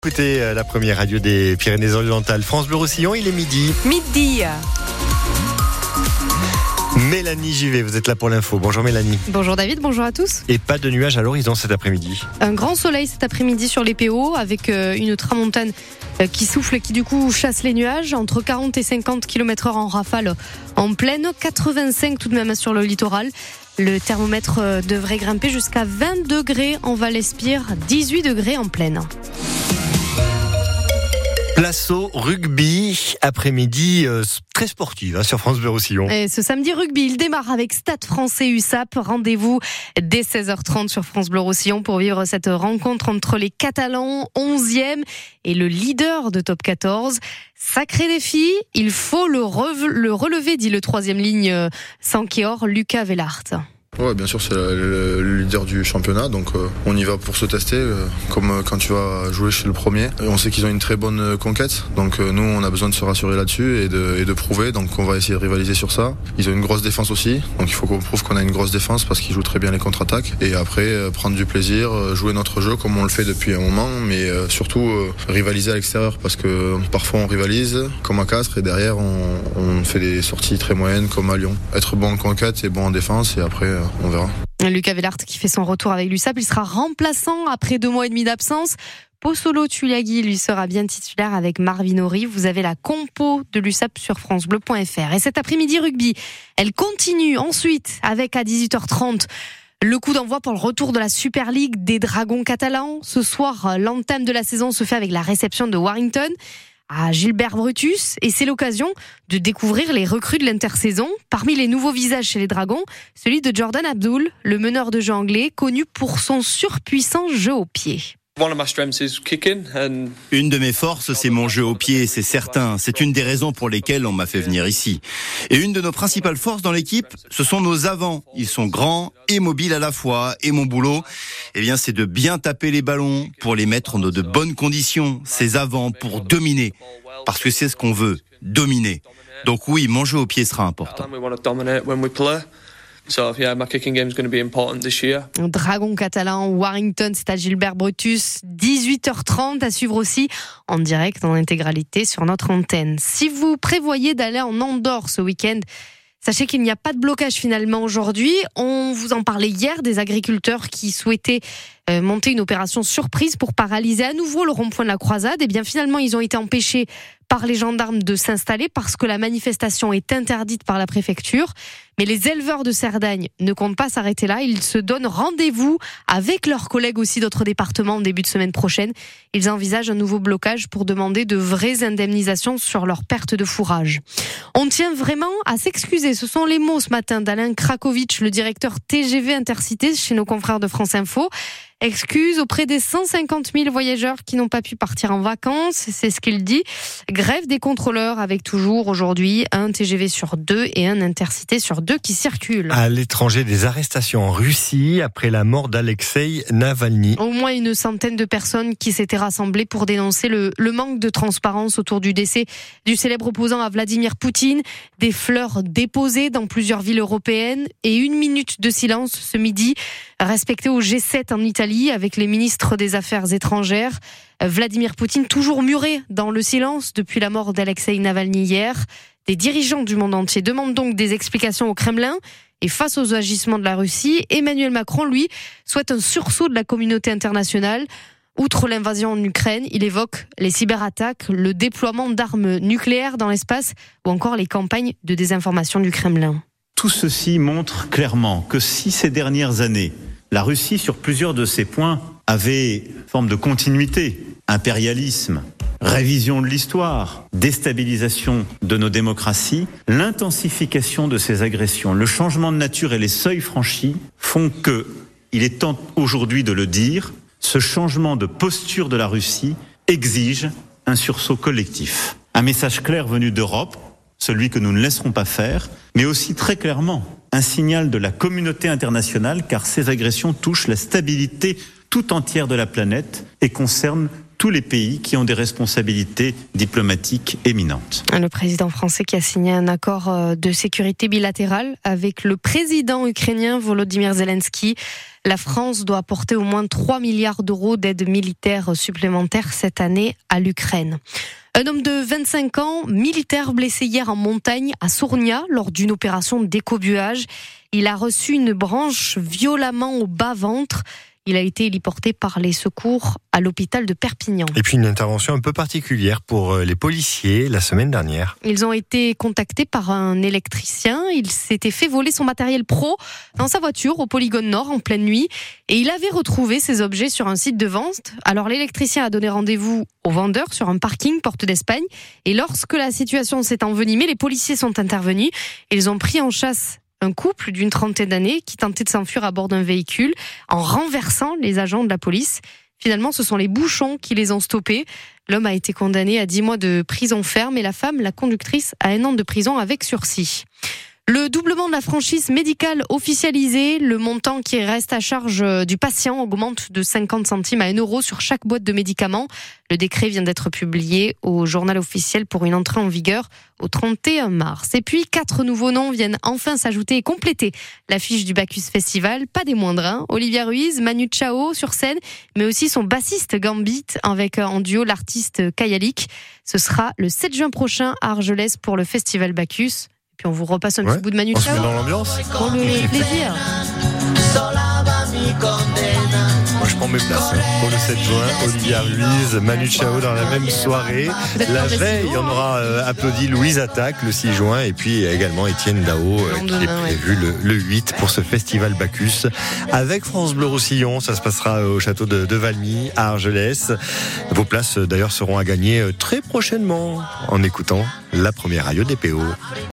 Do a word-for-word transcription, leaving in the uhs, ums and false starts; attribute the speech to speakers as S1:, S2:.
S1: Écoutez euh, la première radio des Pyrénées-Orientales, France Bleu Roussillon, il est midi.
S2: Midi.
S1: Mélanie Givet, vous êtes là pour l'info. Bonjour Mélanie.
S2: Bonjour David, bonjour à tous.
S1: Et pas de nuages à l'horizon cet après-midi.
S2: Un grand soleil cet après-midi sur les P O avec euh, une tramontane euh, qui souffle et qui du coup chasse les nuages. Entre quarante et cinquante kilomètres heure en rafale en pleine, quatre-vingt-cinq tout de même sur le littoral. Le thermomètre euh, devrait grimper jusqu'à vingt degrés en Val-Espire, dix-huit degrés en plaine.
S1: Place au rugby, après-midi euh, très sportive hein, sur France Bleu Roussillon.
S2: Et ce samedi rugby, il démarre avec Stade Français U S A P. Rendez-vous dès seize heures trente sur France Bleu Roussillon pour vivre cette rencontre entre les Catalans, onzième, et le leader de Top quatorze. Sacré défi, il faut le, re- le relever, dit le troisième ligne Sankior, Lucas Vellart.
S3: Ouais, bien sûr, c'est le, le leader du championnat, donc euh, on y va pour se tester, euh, comme euh, quand tu vas jouer chez le premier. Et on sait qu'ils ont une très bonne euh, conquête, donc euh, nous on a besoin de se rassurer là-dessus et de, et de prouver, donc on va essayer de rivaliser sur ça. Ils ont une grosse défense aussi, donc il faut qu'on prouve qu'on a une grosse défense parce qu'ils jouent très bien les contre-attaques. Et après, euh, prendre du plaisir, euh, jouer notre jeu comme on le fait depuis un moment, mais euh, surtout euh, rivaliser à l'extérieur, parce que euh, parfois on rivalise comme à Castres et derrière on, on fait des sorties très moyennes comme à Lyon. Être bon en conquête et bon en défense et après... on verra.
S2: Lucas Vellart qui fait son retour avec l'U S A P, il sera remplaçant après deux mois et demi d'absence. Posolo Tuliagui lui sera bien titulaire avec Marvin Horry. Vous avez la compo de l'U S A P sur francebleu point f r. Et cet après-midi rugby, elle continue ensuite avec à dix-huit heures trente le coup d'envoi pour le retour de la Super League des Dragons catalans. Ce soir, l'entame de la saison se fait avec la réception de Warrington à Gilbert Brutus, et c'est l'occasion de découvrir les recrues de l'intersaison. Parmi les nouveaux visages chez les Dragons, celui de Jordan Abdul, le meneur de jeu anglais, connu pour son surpuissant jeu au pied.
S4: Une de mes forces, c'est mon jeu au pied, c'est certain. C'est une des raisons pour lesquelles on m'a fait venir ici. Et une de nos principales forces dans l'équipe, ce sont nos avants. Ils sont grands et mobiles à la fois. Et mon boulot, eh bien, c'est de bien taper les ballons pour les mettre dans de bonnes conditions. Ces avants pour dominer. Parce que c'est ce qu'on veut, dominer. Donc oui, mon jeu au pied sera important.
S5: So yeah, my kicking game is going to be important this year.
S2: Dragon catalan, Warrington, c'est à Gilbert Brutus, dix-huit heures trente à suivre aussi en direct en intégralité sur notre antenne. Si vous prévoyez d'aller en Andorre ce week-end, sachez qu'il n'y a pas de blocage finalement aujourd'hui. On vous en parlait hier, des agriculteurs qui souhaitaient euh, monter une opération surprise pour paralyser à nouveau le rond-point de la Croisade. Et bien finalement, ils ont été empêchés par les gendarmes de s'installer parce que la manifestation est interdite par la préfecture. Mais les éleveurs de Cerdagne ne comptent pas s'arrêter là. Ils se donnent rendez-vous avec leurs collègues aussi d'autres départements en début de semaine prochaine. Ils envisagent un nouveau blocage pour demander de vraies indemnisations sur leur perte de fourrage. On tient vraiment à s'excuser. Ce sont les mots ce matin d'Alain Krakowicz, le directeur T G V Intercités chez nos confrères de France Info. Excuse auprès des cent cinquante mille voyageurs qui n'ont pas pu partir en vacances, c'est ce qu'il dit. Grève des contrôleurs avec toujours aujourd'hui un T G V sur deux et un Intercité sur deux qui circulent.
S1: À l'étranger, des arrestations en Russie après la mort d'Alexei Navalny.
S2: Au moins une centaine de personnes qui s'étaient rassemblées pour dénoncer le, le manque de transparence autour du décès du célèbre opposant à Vladimir Poutine. Des fleurs déposées dans plusieurs villes européennes et une minute de silence ce midi respectée au G sept en Italie avec les ministres des Affaires étrangères. Vladimir Poutine toujours muré dans le silence depuis la mort d'Alexei Navalny hier. Des dirigeants du monde entier demandent donc des explications au Kremlin. Et face aux agissements de la Russie, Emmanuel Macron, lui, souhaite un sursaut de la communauté internationale. Outre l'invasion en Ukraine, il évoque les cyberattaques, le déploiement d'armes nucléaires dans l'espace ou encore les campagnes de désinformation du Kremlin.
S6: Tout ceci montre clairement que si ces dernières années, la Russie, sur plusieurs de ces points, avait une forme de continuité, impérialisme, révision de l'histoire, déstabilisation de nos démocraties, l'intensification de ces agressions, le changement de nature et les seuils franchis font que, il est temps aujourd'hui de le dire, ce changement de posture de la Russie exige un sursaut collectif. Un message clair venu d'Europe, celui que nous ne laisserons pas faire, mais aussi très clairement un signal de la communauté internationale, car ces agressions touchent la stabilité tout entière de la planète et concernent tous les pays qui ont des responsabilités diplomatiques éminentes.
S2: Le président français qui a signé un accord de sécurité bilatérale avec le président ukrainien Volodymyr Zelensky. La France doit apporter au moins trois milliards d'euros d'aide militaire supplémentaire cette année à l'Ukraine. Un homme de vingt-cinq ans, militaire blessé hier en montagne à Sournia lors d'une opération d'écobuage. Il a reçu une branche violemment au bas-ventre. Il a été héliporté par les secours à l'hôpital de Perpignan.
S1: Et puis une intervention un peu particulière pour les policiers la semaine dernière.
S2: Ils ont été contactés par un électricien. Il s'était fait voler son matériel pro dans sa voiture au Polygone Nord en pleine nuit. Et il avait retrouvé ces objets sur un site de vente. Alors l'électricien a donné rendez-vous au vendeur sur un parking porte d'Espagne. Et lorsque la situation s'est envenimée, les policiers sont intervenus. Ils ont pris en chasse un couple d'une trentaine d'années qui tentait de s'enfuir à bord d'un véhicule en renversant les agents de la police. Finalement, ce sont les bouchons qui les ont stoppés. L'homme a été condamné à dix mois de prison ferme et la femme, la conductrice, à un an de prison avec sursis. Le doublement de la franchise médicale officialisée, le montant qui reste à charge du patient augmente de cinquante centimes à un euro sur chaque boîte de médicaments. Le décret vient d'être publié au journal officiel pour une entrée en vigueur au trente et un mars. Et puis, quatre nouveaux noms viennent enfin s'ajouter et compléter l'affiche du Bacchus Festival. Pas des moindres, hein. Olivia Ruiz, Manu Chao sur scène, mais aussi son bassiste Gambit avec en duo l'artiste Kayalik. Ce sera le sept juin prochain à Argelès pour le Festival Bacchus. Puis on vous repasse un
S1: ouais.
S2: petit bout de Manu
S1: On
S2: Chao.
S1: se met dans l'ambiance.
S2: Pour le plaisir.
S1: Moi je prends mes places. Hein. Pour le sept juin, Olivia Ruiz, Manu Chao dans la même soirée. La veille, on aura euh, applaudi Louise Attaque le six juin et puis également Étienne Dao euh, qui est prévu le, le huit pour ce festival Bacchus. Avec France Bleu Roussillon, ça se passera au château de, de Valmy à Argelès. Vos places d'ailleurs seront à gagner très prochainement en écoutant la première radio D P O.